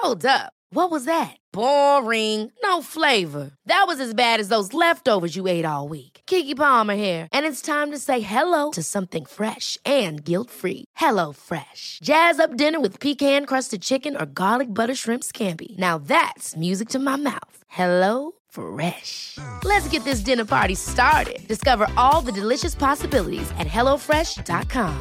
Hold up. What was that? Boring. No flavor. That was as bad as those leftovers you ate all week. Keke Palmer here, and it's time to say hello to something fresh and guilt-free. Hello Fresh. Jazz up dinner with pecan-crusted chicken or garlic butter shrimp scampi. Now that's music to my mouth. Hello Fresh. Let's get this dinner party started. Discover all the delicious possibilities at hellofresh.com.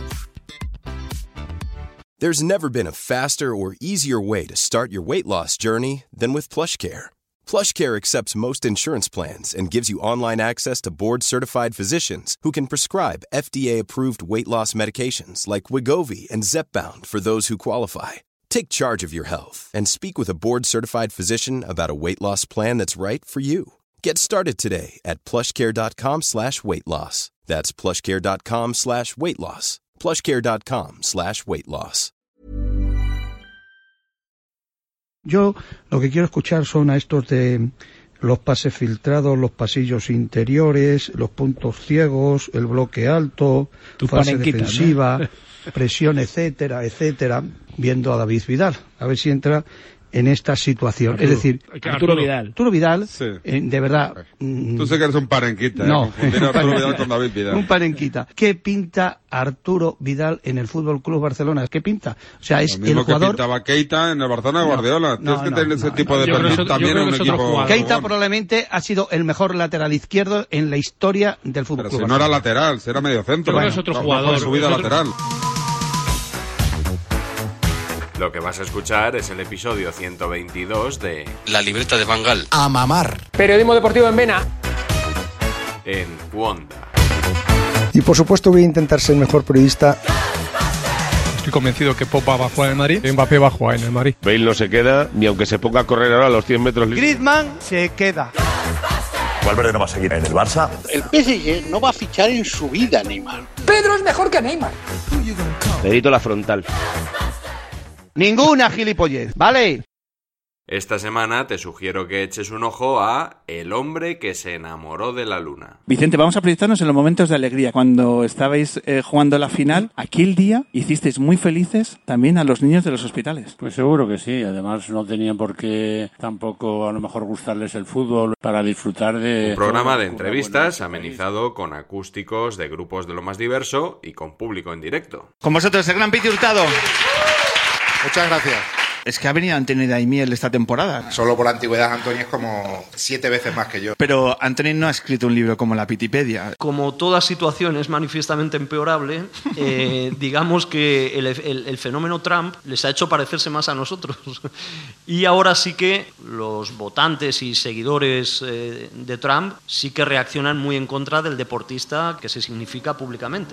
There's never been a faster or easier way to start your weight loss journey than with PlushCare. PlushCare accepts most insurance plans and gives you online access to board-certified physicians who can prescribe FDA-approved weight loss medications like Wegovy and Zepbound for those who qualify. Take charge of your health and speak with a board-certified physician about a weight loss plan that's right for you. Get started today at plushcare.com/weight loss. That's plushcare.com/weight loss. plushcare.com/weight loss. Yo lo que quiero escuchar son a estos de los pases filtrados, los pasillos interiores, los puntos ciegos, el bloque alto, fase defensiva, ¿no? Presión, etcétera, etcétera, viendo a David Vidal, a ver si entra en esta situación. Es decir, Arturo Vidal, sí. De verdad... Tú sé que eres un parenquita, no, confundir a Arturo Vidal con David Vidal. Un parenquita. ¿Qué pinta Arturo Vidal en el Fútbol Club Barcelona? ¿Qué pinta? O sea, es el jugador... que pintaba Keita en el Barcelona de Guardiola. Tienes que tener ese tipo de perfil también en un equipo... Keita probablemente ha sido el mejor lateral izquierdo en la historia del Fútbol Club Barcelona. No era lateral, era medio centro. Creo que es otro jugador. Subida lateral. Lo que vas a escuchar es el episodio 122 de La libreta de Bangal. A mamar. Periodismo deportivo en Vena. En Wanda. Y por supuesto voy a intentar ser el mejor periodista. Estoy convencido que Pogba va a jugar en el Madrid, Mbappé va a jugar en el Madrid. Bale no se queda, ni aunque se ponga a correr ahora a los 100 metros. Griezmann se queda. Valverde no va a seguir en el Barça. El PSG no va a fichar en su vida a Neymar. Pedro es mejor que Neymar. Dedito la frontal. Ninguna gilipollez, ¿vale? Esta semana te sugiero que eches un ojo a El hombre que se enamoró de la luna. Vicente, vamos a proyectarnos en los momentos de alegría. Cuando estabais jugando la final, aquel día hicisteis muy felices también a los niños de los hospitales. Pues seguro que sí. Además no tenían por qué tampoco a lo mejor gustarles el fútbol para disfrutar de... Un programa de entrevistas amenizado con acústicos de grupos de lo más diverso y con público en directo. Con vosotros el gran Piti Hurtado. Muchas gracias. Es que ha venido Anthony Daimiel esta temporada. Solo por la antigüedad, Anthony es como 7 veces más que yo. Pero Anthony no ha escrito un libro como la Pitipedia. Como toda situación es manifiestamente empeorable, digamos que el fenómeno Trump les ha hecho parecerse más a nosotros. Y ahora sí que los votantes y seguidores de Trump sí que reaccionan muy en contra del deportista que se significa públicamente.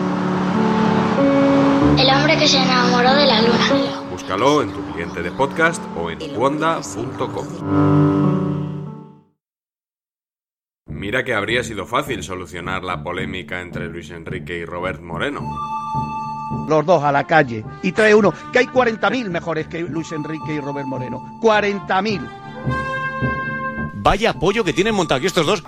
El hombre que se enamoró de la luna. Búscalo en tu cliente de podcast o en wanda.com. Mira que habría sido fácil solucionar la polémica entre Luis Enrique y Robert Moreno. Los dos a la calle. Y trae uno, que hay 40.000 mejores que Luis Enrique y Robert Moreno. 40.000. Vaya apoyo que tienen montado aquí estos dos.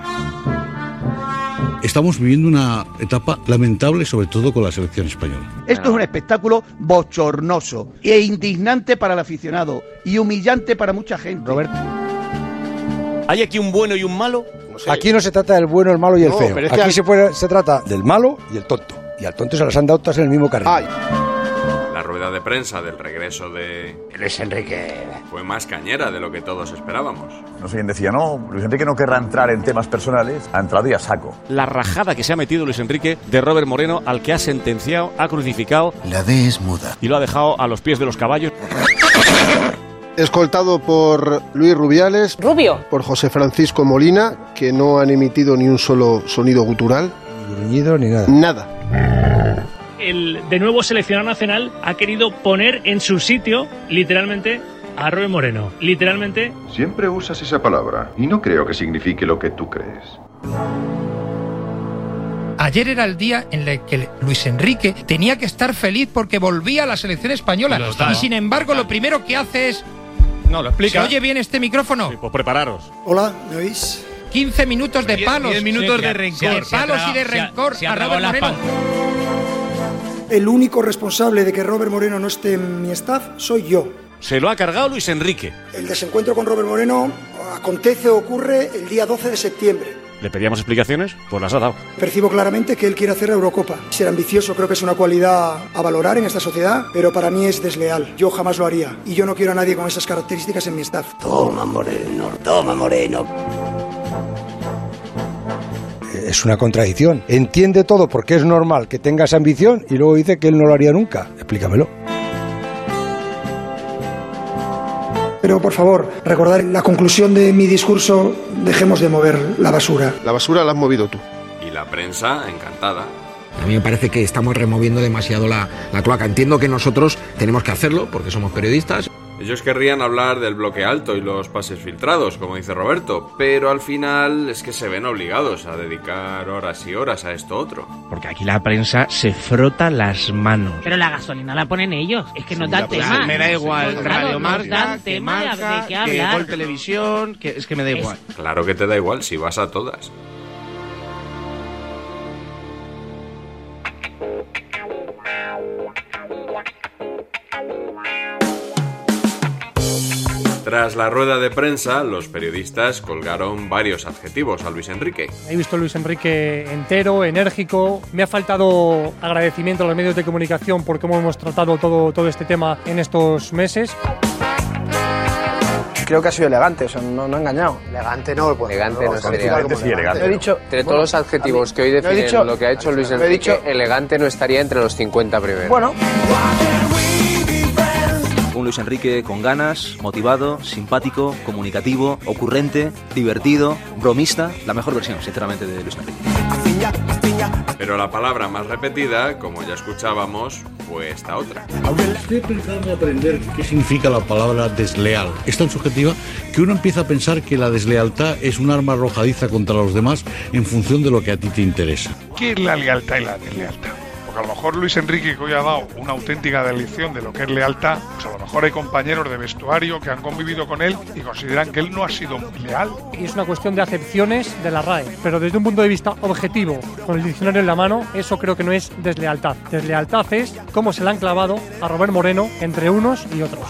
Estamos viviendo una etapa lamentable, sobre todo con la selección española. Esto es un espectáculo bochornoso e indignante para el aficionado y humillante para mucha gente. Roberto, ¿hay aquí un bueno y un malo? No sé. Aquí no se trata del bueno, el malo y el feo. Aquí se trata del malo y el tonto. Y al tonto se las han dado todas en el mismo carril. Ay. La rueda de prensa del regreso de Luis Enrique fue más cañera de lo que todos esperábamos. No sé quién decía, no, Luis Enrique no querrá entrar en temas personales, ha entrado y a saco. La rajada que se ha metido Luis Enrique de Robert Moreno, al que ha sentenciado, ha crucificado. La D es muda. Y lo ha dejado a los pies de los caballos. Escoltado por Luis Rubiales. Rubio. Por José Francisco Molina, que no han emitido ni un solo sonido gutural. Ni gruñido ni nada. Nada. El de nuevo seleccionador nacional ha querido poner en su sitio, literalmente, a Robert Moreno. Literalmente. Siempre usas esa palabra y no creo que signifique lo que tú crees. Ayer era el día en el que Luis Enrique tenía que estar feliz porque volvía a la selección española. Y sin embargo, lo primero que hace es... No, lo explica. ¿Se oye bien este micrófono? Sí, pues prepararos. Hola, ¿me oís? 15 minutos de palos. 10 minutos de rencor. De palos y de rencor a Robert Moreno. El único responsable de que Robert Moreno no esté en mi staff soy yo. Se lo ha cargado Luis Enrique. El desencuentro con Robert Moreno ocurre el día 12 de septiembre. Le pedíamos explicaciones, pues las ha dado. Percibo claramente que él quiere hacer la Eurocopa. Ser ambicioso creo que es una cualidad a valorar en esta sociedad, pero para mí es desleal. Yo jamás lo haría. Y yo no quiero a nadie con esas características en mi staff. Toma, Moreno, toma, Moreno. Es una contradicción. Entiende todo porque es normal que tengas ambición y luego dice que él no lo haría nunca. Explícamelo. Pero, por favor, recordar la conclusión de mi discurso, dejemos de mover la basura. La basura la has movido tú. Y la prensa, encantada. A mí me parece que estamos removiendo demasiado la cloaca. Entiendo que nosotros tenemos que hacerlo porque somos periodistas. Ellos querrían hablar del bloque alto y los pases filtrados, como dice Roberto, pero al final es que se ven obligados a dedicar horas y horas a esto otro. Porque aquí la prensa se frota las manos. Pero la gasolina la ponen ellos, es que nos dan tema. Me da igual, claro, Radio Marca, de Marca, qué hablar. que Gol Televisión, que es que me da igual. Claro que te da igual si vas a todas. Tras la rueda de prensa, los periodistas colgaron varios adjetivos a Luis Enrique. He visto a Luis Enrique entero, enérgico. Me ha faltado agradecimiento a los medios de comunicación por cómo hemos tratado todo este tema en estos meses. Creo que ha sido elegante, o sea, no ha engañado. Elegante no, pues. Elegante no sería. Sí, elegante. He dicho, entre todos los adjetivos que hoy definen lo que ha hecho Luis Enrique, elegante no estaría entre los 50 primeros. Bueno. Un Luis Enrique con ganas, motivado, simpático, comunicativo, ocurrente, divertido, bromista. La mejor versión, sinceramente, de Luis Enrique. Pero la palabra más repetida, como ya escuchábamos, fue esta otra. Estoy pensando aprender qué significa la palabra desleal. Es tan subjetiva que uno empieza a pensar que la deslealtad es un arma arrojadiza contra los demás en función de lo que a ti te interesa. ¿Qué es la lealtad y la deslealtad? Porque a lo mejor Luis Enrique, que hoy ha dado una auténtica descripción de lo que es lealtad, pues a lo mejor hay compañeros de vestuario que han convivido con él y consideran que él no ha sido leal. Y es una cuestión de acepciones de la RAE, pero desde un punto de vista objetivo, con el diccionario en la mano, eso creo que no es deslealtad. Deslealtad es cómo se le han clavado a Robert Moreno entre unos y otros.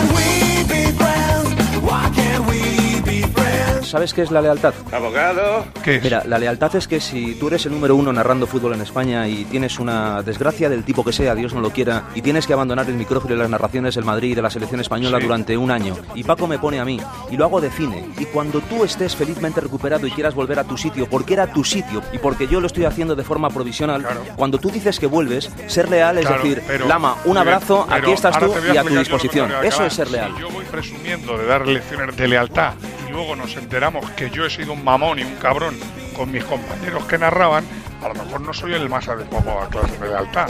¿Sabes qué es la lealtad? Abogado. ¿Qué es? Mira, la lealtad es que si tú eres el número uno narrando fútbol en España y tienes una desgracia del tipo que sea, Dios no lo quiera, y tienes que abandonar el micrófono y las narraciones del Madrid y de la selección española durante un año, y Paco me pone a mí, y lo hago de cine, y cuando tú estés felizmente recuperado y quieras volver a tu sitio, porque era tu sitio, y porque yo lo estoy haciendo de forma provisional, cuando tú dices que vuelves, ser leal es decir, Lama, un abrazo, aquí estás tú y a tu disposición. Eso es ser leal. Si yo voy presumiendo de dar lecciones de lealtad y luego nos enteramos que yo he sido un mamón y un cabrón con mis compañeros que narraban, a lo mejor no soy el más adecuado a clase de lealtad.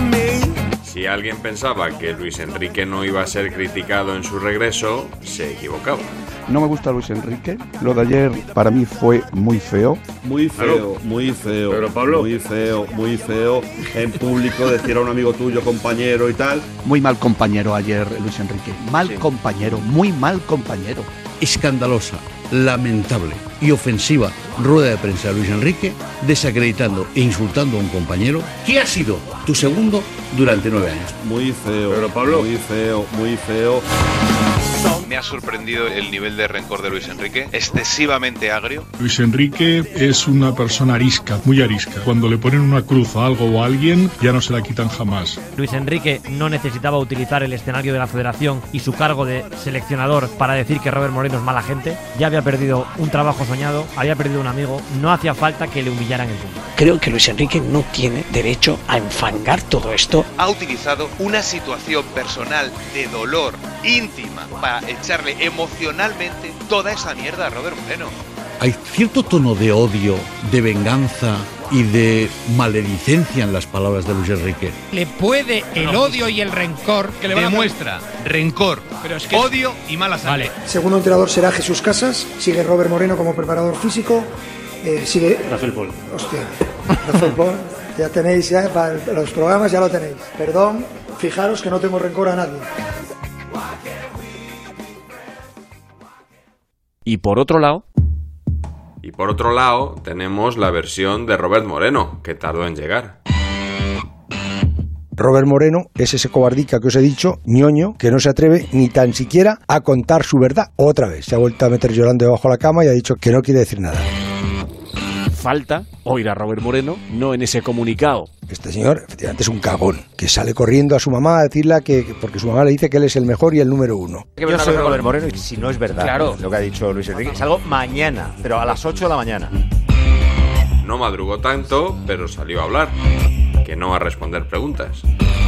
Si alguien pensaba que Luis Enrique no iba a ser criticado en su regreso, se equivocaba. No me gusta Luis Enrique. Lo de ayer para mí fue muy feo. Muy feo, muy feo. Pero Pablo, muy feo. En público decir a un amigo tuyo, compañero y tal. Muy mal compañero ayer Luis Enrique. Compañero, muy mal compañero. Escandalosa, lamentable y ofensiva rueda de prensa de Luis Enrique, desacreditando e insultando a un compañero que ha sido tu segundo durante 9 años. Muy feo. Pero Pablo, muy feo. Me ha sorprendido el nivel de rencor de Luis Enrique, excesivamente agrio. Luis Enrique es una persona arisca, muy arisca. Cuando le ponen una cruz a algo o a alguien, ya no se la quitan jamás. Luis Enrique no necesitaba utilizar el escenario de la Federación y su cargo de seleccionador para decir que Robert Moreno es mala gente. Ya había perdido un trabajo soñado, había perdido un amigo, no hacía falta que le humillaran en público. Creo que Luis Enrique no tiene derecho a enfangar todo esto. Ha utilizado una situación personal de dolor íntima para echarle emocionalmente toda esa mierda a Robert Moreno. Hay cierto tono de odio, de venganza y de maledicencia en las palabras de Luis Enrique. Le puede el odio y el rencor que le demuestra rencor, pero es que odio y mala sangre. El segundo entrenador será Jesús Casas, sigue Robert Moreno como preparador físico, sigue Rafael Pol. Hostia, Rafael Pol, ya tenéis, ya para los programas ya lo tenéis. Perdón, fijaros que no tengo rencor a nadie. Y por otro lado, tenemos la versión de Robert Moreno, que tardó en llegar. Robert Moreno es ese cobardica que os he dicho, ñoño, que no se atreve ni tan siquiera a contar su verdad. Otra vez, se ha vuelto a meter llorando debajo de la cama y ha dicho que no quiere decir nada. Falta oír a Robert Moreno, no en ese comunicado. Este señor, efectivamente, es un cagón, que sale corriendo a su mamá a decirle porque su mamá le dice que él es el mejor y el número uno. Yo soy Robert Moreno y si no es verdad, claro, lo que ha dicho Luis Enrique, salgo mañana, pero a las 8 de la mañana. No madrugó tanto, pero salió a hablar, que no a responder preguntas.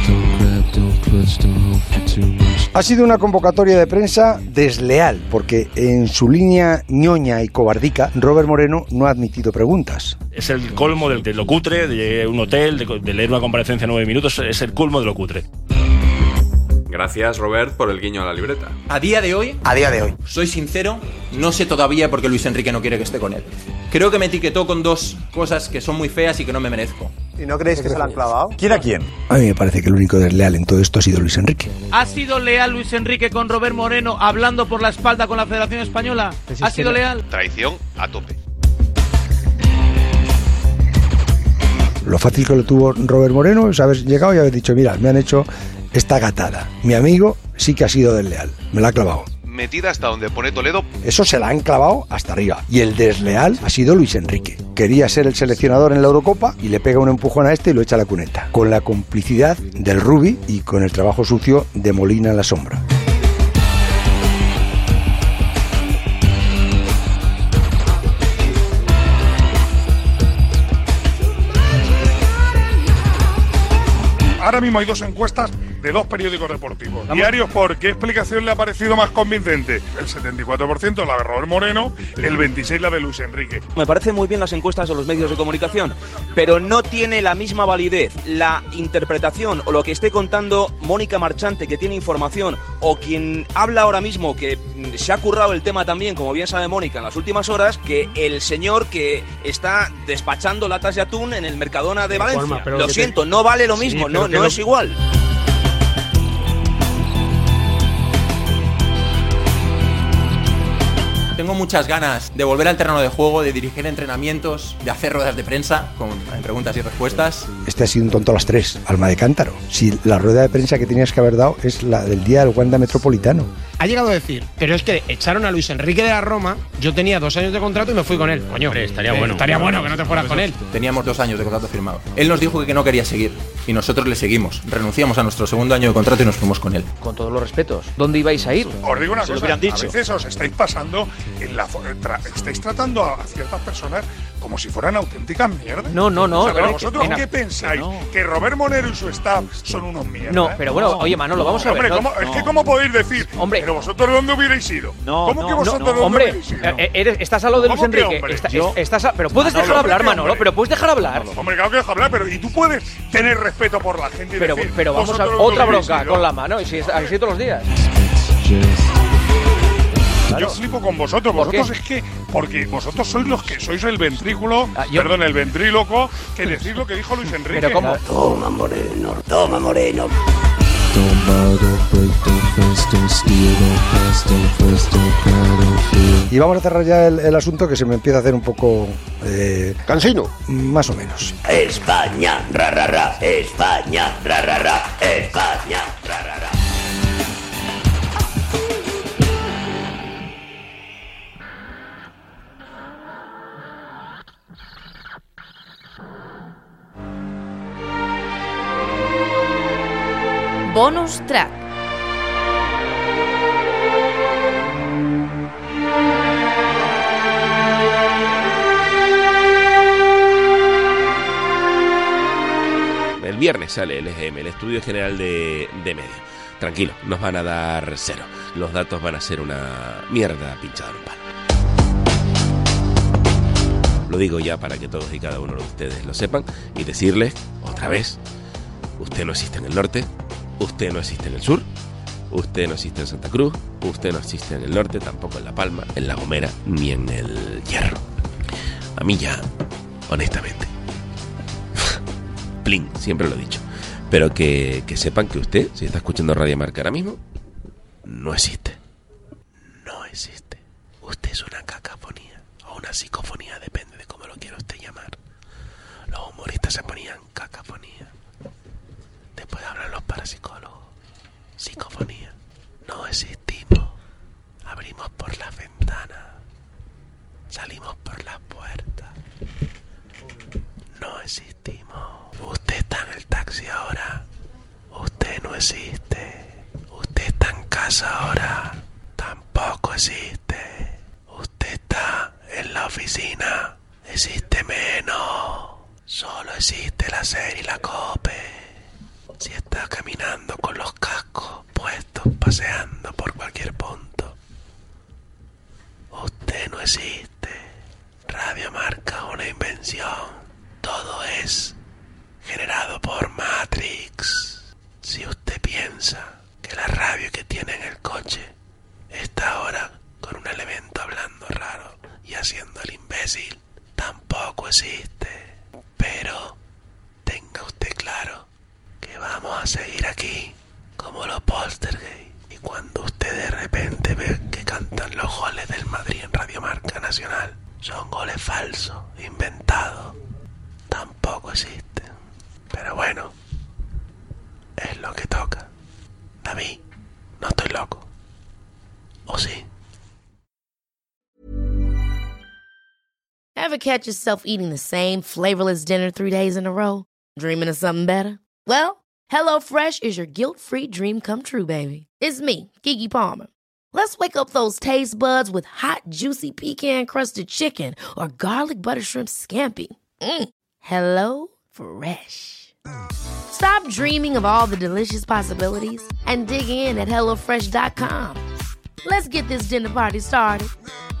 Ha sido una convocatoria de prensa desleal, porque en su línea ñoña y cobardica, Robert Moreno no ha admitido preguntas. Es el colmo de lo cutre, de un hotel, de leer una comparecencia 9 minutos, es el colmo de lo cutre. Gracias, Robert, por el guiño a la libreta. A día de hoy, soy sincero, no sé todavía por qué Luis Enrique no quiere que esté con él. Creo que me etiquetó con 2 cosas que son muy feas y que no me merezco. ¿Y no creéis que se la han clavado? ¿Quién a quién? A mí me parece que el único desleal en todo esto ha sido Luis Enrique. ¿Ha sido leal Luis Enrique con Robert Moreno hablando por la espalda con la Federación Española? ¿Ha sido leal? Traición a tope. Lo fácil que lo tuvo Robert Moreno es haber llegado y haber dicho, mira, me han hecho esta gatada. Mi amigo sí que ha sido desleal, me la ha clavado. Metida hasta donde pone Toledo. Eso se la han clavado hasta arriba. Y el desleal ha sido Luis Enrique. Quería ser el seleccionador en la Eurocopa y le pega un empujón a este y lo echa a la cuneta. Con la complicidad del Rubi y con el trabajo sucio de Molina en la sombra. Ahora mismo hay 2 encuestas de 2 periódicos deportivos. Diarios, ¿por qué explicación le ha parecido más convincente? El 74% la de Robert Moreno, el 26% la de Luis Enrique. Me parecen muy bien las encuestas de los medios de comunicación, pero no tiene la misma validez la interpretación o lo que esté contando Mónica Marchante, que tiene información, o quien habla ahora mismo, que se ha currado el tema también, como bien sabe Mónica, en las últimas horas, que el señor que está despachando latas de atún en el Mercadona de Valencia. Lo siento, no vale lo mismo, sí, no es igual. Tengo muchas ganas de volver al terreno de juego, de dirigir entrenamientos, de hacer ruedas de prensa con preguntas y respuestas. Este ha sido un tonto a las 3, alma de cántaro. Si la rueda de prensa que tenías que haber dado es la del día del Wanda Metropolitano. Ha llegado a decir, pero es que echaron a Luis Enrique de la Roma, yo tenía 2 años de contrato y me fui con él. Coño, estaría bueno que no te fueras con él. Teníamos 2 años de contrato firmado. Él nos dijo que no quería seguir y nosotros le seguimos. Renunciamos a nuestro 2.º año de contrato y nos fuimos con él. Con todos los respetos, ¿dónde ibais a ir? Os digo una cosa, a veces os estáis pasando estáis tratando a ciertas personas como si fueran auténticas mierdas. No. O sea, pero vosotros, ¿qué pensáis? ¿Que Robert Moreno y su staff son unos mierdas? No, pero bueno, oye, Manolo, vamos a ver. Hombre, es que ¿cómo podéis decir? Hombre, pero vosotros ¿dónde hubierais ido? ¿Cómo que vosotros dónde hubierais ido? Estás a lo de Luis Enrique. Pero puedes dejar hablar, Manolo, pero puedes dejar hablar. Hombre, claro que dejo hablar, pero y tú puedes tener respeto por la gente y decir, pero vamos a otra bronca con la mano, y si es así todos los días. Yo flipo con vosotros. Vosotros es que, porque vosotros sois los que sois el ventrículo, el ventríloco, que decís lo que dijo Luis Enrique. Pero ¿cómo? Toma Moreno. Y vamos a cerrar ya el asunto, que se me empieza a hacer un poco cansino, más o menos. España, ra ra ra, España, ra ra ra, España, ra ra ra. Bonus track. El viernes sale el EGM, el Estudio General de Medio. Tranquilo, nos van a dar 0. Los datos van a ser una mierda pinchada en un palo. Lo digo ya para que todos y cada uno de ustedes lo sepan y decirles otra vez: usted no existe en el norte, usted no existe en el sur, usted no existe en Santa Cruz, usted no existe en el norte, tampoco en La Palma, en La Gomera, ni en el Hierro. A mí ya, honestamente, plin, siempre lo he dicho. Pero que sepan que usted, si está escuchando Radio Marca ahora mismo, no existe. No existe. Usted es una cacofonía o una psicofonía, depende de cómo lo quiera usted llamar. Los humoristas se ponían cacofonía. Después hablan los parapsicólogos. Psicofonía. No existimos. Abrimos por las ventanas. Salimos por las puertas. No existimos. Usted está en el taxi ahora. Usted no existe. Usted está en casa ahora. Tampoco existe. Usted está en la oficina. Existe menos. Solo existe la SER y la COPE. Si está caminando con los cascos puestos, paseando por cualquier punto, usted no existe. Radio Marca es una invención. Todo es generado por Matrix. Si usted piensa que la radio que tiene en el coche está ahora con un elemento hablando raro y haciendo el imbécil, tampoco existe. Pero tenga usted claro que vamos a seguir aquí como los Poltergeist. Y cuando usted de repente ve que cantan los goles del Madrid en Radio Marca Nacional, son goles falsos, inventados, tampoco existen. Pero bueno, es lo que toca. David, no estoy loco. ¿O sí? Ever catch yourself eating the same flavorless dinner 3 days in a row? Dreaming of something better? Well, HelloFresh is your guilt-free dream come true, baby. It's me, Keke Palmer. Let's wake up those taste buds with hot, juicy pecan-crusted chicken or garlic butter shrimp scampi. Hello Fresh. Stop dreaming of all the delicious possibilities and dig in at HelloFresh.com. Let's get this dinner party started.